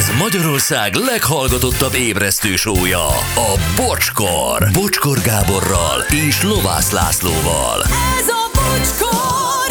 Ez Magyarország leghallgatottabb ébresztő show-ja, a Bocskor. Bocskor Gáborral és Lovász Lászlóval. Ez a Bocskor!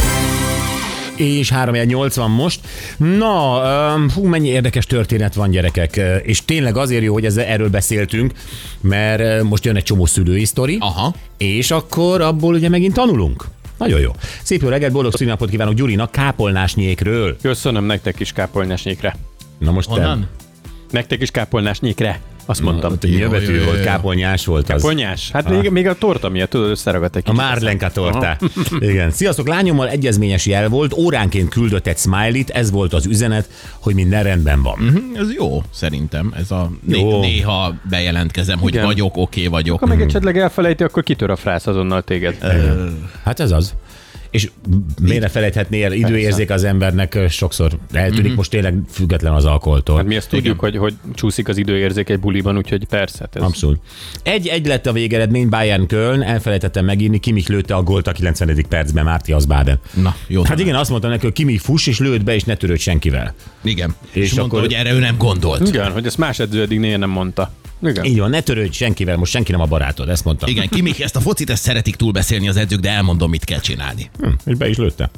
És 3:80 most. Na, mennyi érdekes történet van, gyerekek. És tényleg azért jó, hogy erről beszéltünk, mert most jön egy csomó szülői sztori. Aha. És akkor abból ugye megint tanulunk. Nagyon jó. Szép jó reggelt, boldog szülinapot kívánok Gyurinak kápolnásnyékről. Köszönöm nektek is kápolnásnyékre. Na most Honnan? Nektek is kápolnásnyékre. Azt mondtam. Nyilvetű volt, kápolnyás volt az. Kápolnyás? Hát még a torta miatt, tudod, összeragadt egy A kicsit. Márlenka tortá. Igen. Sziasztok, lányommal egyezményes jel volt, óránként küldött egy smiley-t, ez volt az üzenet, hogy minden rendben van. Ez jó, szerintem. Ez a Jó. néha bejelentkezem, hogy Igen. vagyok, oké vagyok. Ha meg esetleg elfelejti, akkor kitör a frász azonnal téged. Hát ez az. És miért ne felejthetné el, időérzék az embernek sokszor eltűnik, most tényleg független az alkoholtól. Hát mi azt tudjuk, hogy csúszik az időérzék egy buliban, úgyhogy persze. Hát ez... Abszolút. 1-1 lett a végeredmény, Bayern Köln, elfelejtettem megírni, Kimmich lőtte a gólt a 90. percben, Márti Asbaden. Na, jó. Hát igen, azt mondtam neki, hogy Kimmich fuss, és lőtt be, és ne törődj senkivel. Igen. És És mondta, akkor- hogy erre ő nem gondolt. Igen, hogy ezt más edző eddig nem mondta. Igen. Így van, ne törődj senkivel, most senki nem a barátod, ezt mondtam. Igen, Kimmich, ezt a focit, ezt szeretik túlbeszélni az edzők, de elmondom, mit kell csinálni. És be is lőtte.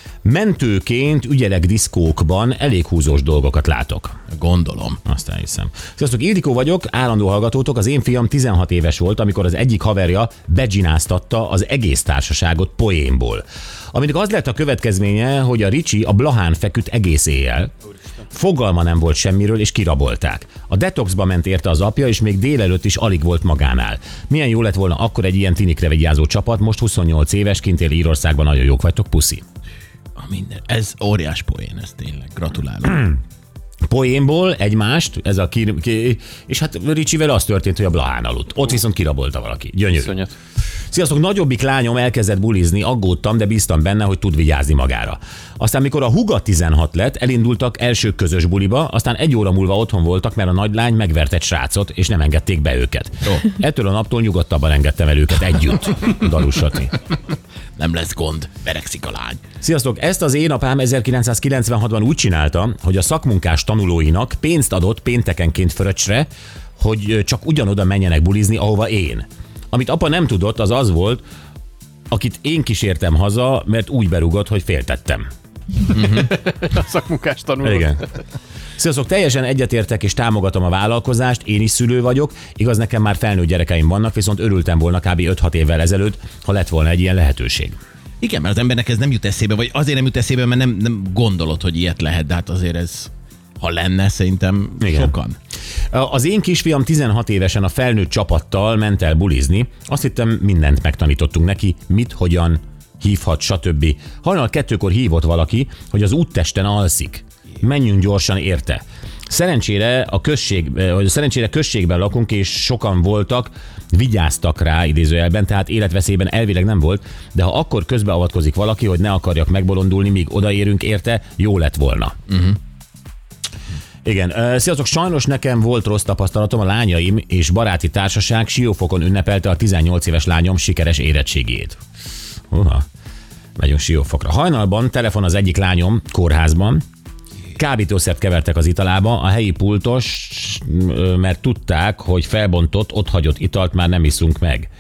Mentőként ügyelek diszkókban, elég húzós dolgokat látok. Gondolom. Azt elhiszem. Sziasztok, Ildikó vagyok, állandó hallgatótok. Az én fiam 16 éves volt, amikor az egyik haverja beggináztatta az egész társaságot poénból. Aminek az lett a következménye, hogy a Ricsi a Blahán feküdt egész éjjel. Fogalma nem volt semmiről, és kirabolták. A detoxba ment érte az apja, és még délelőtt is alig volt magánál. Milyen jó lett volna akkor egy ilyen tinikre vigyázó csapat, most 28 éves, kint él Írországban, nagyon jók vagytok, puszi. Minden. Ez óriás poén, ez tényleg. Gratulálok. Poénból egymást, ez a és hát Ricsivel az történt, hogy a Blahán aludt. Ott viszont kirabolta valaki. Gyönyörű. Iszonyat. Sziasztok, nagyobbik lányom elkezdett bulizni, aggódtam, de bíztam benne, hogy tud vigyázni magára. Aztán, mikor a húga 16 lett, elindultak első közös buliba, aztán 1 óra múlva otthon voltak, mert a nagylány megvert egy srácot, és nem engedték be őket. Ettől a naptól nyugodtabban engedtem el őket együtt dalusatni. Nem lesz gond, verekszik a lány. Sziasztok, ezt az én apám 1996-ban úgy csinálta, hogy a szakmunkás tanulóinak pénzt adott péntekenként fröccsre, hogy csak ugyanoda menjenek bulizni, ahova én. Amit apa nem tudott, az az volt, akit én kísértem haza, mert úgy berúgott, hogy féltettem. A szakmunkás tanuló. Igen. Sziasztok, teljesen egyetértek és támogatom a vállalkozást, én is szülő vagyok, igaz, nekem már felnőtt gyerekeim vannak, viszont örültem volna kb. 5-6 évvel ezelőtt, ha lett volna egy ilyen lehetőség. Igen, mert az embernek ez nem jut eszébe, vagy azért nem jut eszébe, mert nem gondolod, hogy ilyet lehet, de hát azért ez, ha lenne, szerintem Igen. sokan. Az én kisfiam 16 évesen a felnőtt csapattal ment el bulizni, azt hittem mindent megtanítottunk neki, mit, hogyan hívhat, stb. Hajnal 2-kor hívott valaki, hogy az úttesten alszik. Menjünk gyorsan érte. Szerencsére községben lakunk, és sokan voltak, vigyáztak rá idézőjelben, tehát életveszélyben elvileg nem volt, de ha akkor közbeavatkozik valaki, hogy ne akarjak megbolondulni, míg odaérünk érte, jó lett volna. Igen, sziasztok, sajnos nekem volt rossz tapasztalatom, a lányaim és baráti társaság Siófokon ünnepelte a 18 éves lányom sikeres érettségét. Megyünk Siófokra. Hajnalban telefon az egyik lányom kórházban, kábítószert kevertek az italába, a helyi pultos, mert tudták, hogy felbontott, otthagyott italt már nem iszunk meg.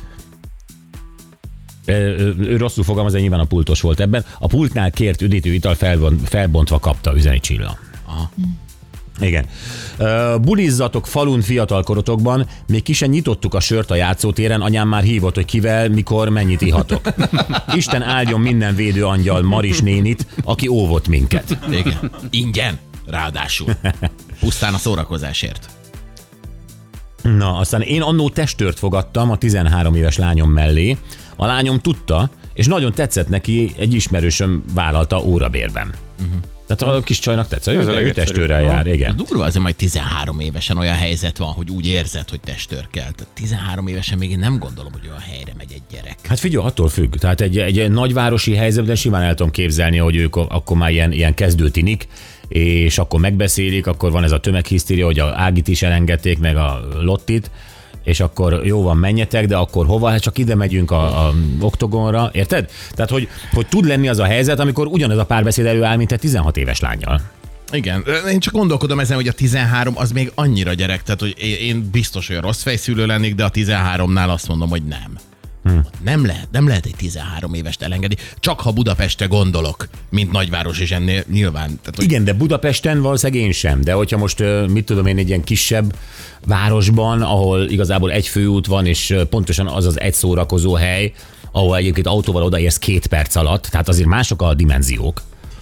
Ő rosszul fogalmaz, de nyilván a pultos volt ebben. A pultnál kért üdítő ital felbontva kapta, üzeni Csilla. Igen. Bulizzatok falun fiatalkorotokban, még ki sem nyitottuk a sört a játszótéren, anyám már hívott, hogy kivel, mikor, mennyit ihatok. Isten áldjon minden védőangyal Maris nénit, aki óvott minket. Igen. Ingyen, ráadásul. Pusztán a szórakozásért. Na, aztán én annó testőrt fogadtam a 13 éves lányom mellé. A lányom tudta, és nagyon tetszett neki, egy ismerősöm vállalta órabérben. Tehát a kis csajnak tetszett, Ez a ő legegyszerűbb. testőrrel jár, igen. Durva, azért majd 13 évesen olyan helyzet van, hogy úgy érzed, hogy testőr kell. Tehát 13 évesen még én nem gondolom, hogy olyan helyre megy egy gyerek. Hát figyelj, attól függ. Tehát egy nagyvárosi helyzetben simán el tudom képzelni, hogy ők akkor már ilyen kezdőtinik, és akkor megbeszélik, akkor van ez a tömeghisztéria, hogy a Ágit is elengedték, meg a Lottit, és akkor jó van, menjetek, de akkor hova? Hát csak ide megyünk a oktogonra, érted? Tehát, hogy tud lenni az a helyzet, amikor ugyanez a párbeszéd előáll, mint egy 16 éves lánnyal. Igen, én csak gondolkodom ezen, hogy a 13 az még annyira gyerek, tehát hogy én biztos, hogy a rossz fejszülő lennék, de a 13-nál azt mondom, hogy nem. Nem lehet egy 13 évest elengedni, csak ha Budapestre gondolok, mint nagyváros, és ennél nyilván. Tehát, hogy... Igen, de Budapesten valószínűleg én sem, de hogyha most, mit tudom én, egy ilyen kisebb városban, ahol igazából egy főút van, és pontosan az az egy szórakozó hely, ahol egyébként autóval odaérsz 2 perc alatt, tehát azért mások a dimenziók.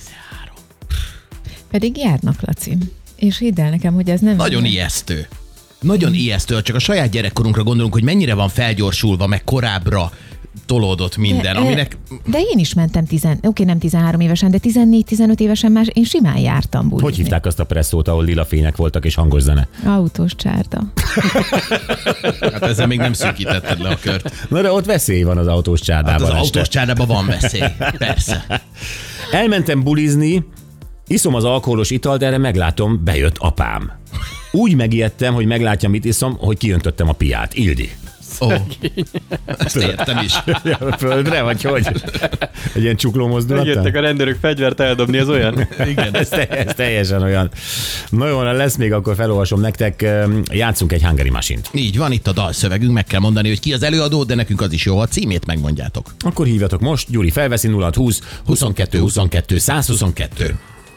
Pedig járnak, Laci. És hidd el nekem, hogy ez nem... Nagyon ijesztő. Nagyon ijesztő, csak a saját gyerekkorunkra gondolunk, hogy mennyire van felgyorsulva, meg korábbra tolódott minden, aminek... De én is mentem, nem 13 évesen, de 14-15 évesen már én simán jártam bulizni. Hogy hívták azt a presszót, ahol lila fények voltak és hangos zene? Autós csárda. Hát ezzel még nem szűkítetted le a kört. Na de ott veszély van az autós csárdában. Hát az autós csárdában van veszély, persze. Elmentem bulizni, iszom az alkoholos italt, erre meglátom, bejött apám. Úgy megijedtem, hogy meglátja, mit iszom, hogy kiöntöttem a piát. Ildi. Ó, ezt értem is. Földre, vagy hogy? Egy ilyen csukló mozdulattal? Megjöttek a rendőrök fegyvert eldobni, az olyan? Igen. Ez teljesen olyan. Na jó, lesz még, akkor felolvasom nektek. Játszunk egy Hungary Machine-t. Így van, itt a dalszövegünk, meg kell mondani, hogy ki az előadó, de nekünk az is jó, a címét megmondjátok. Akkor hívjatok most, Gyuri felveszi 0620 22 22 122.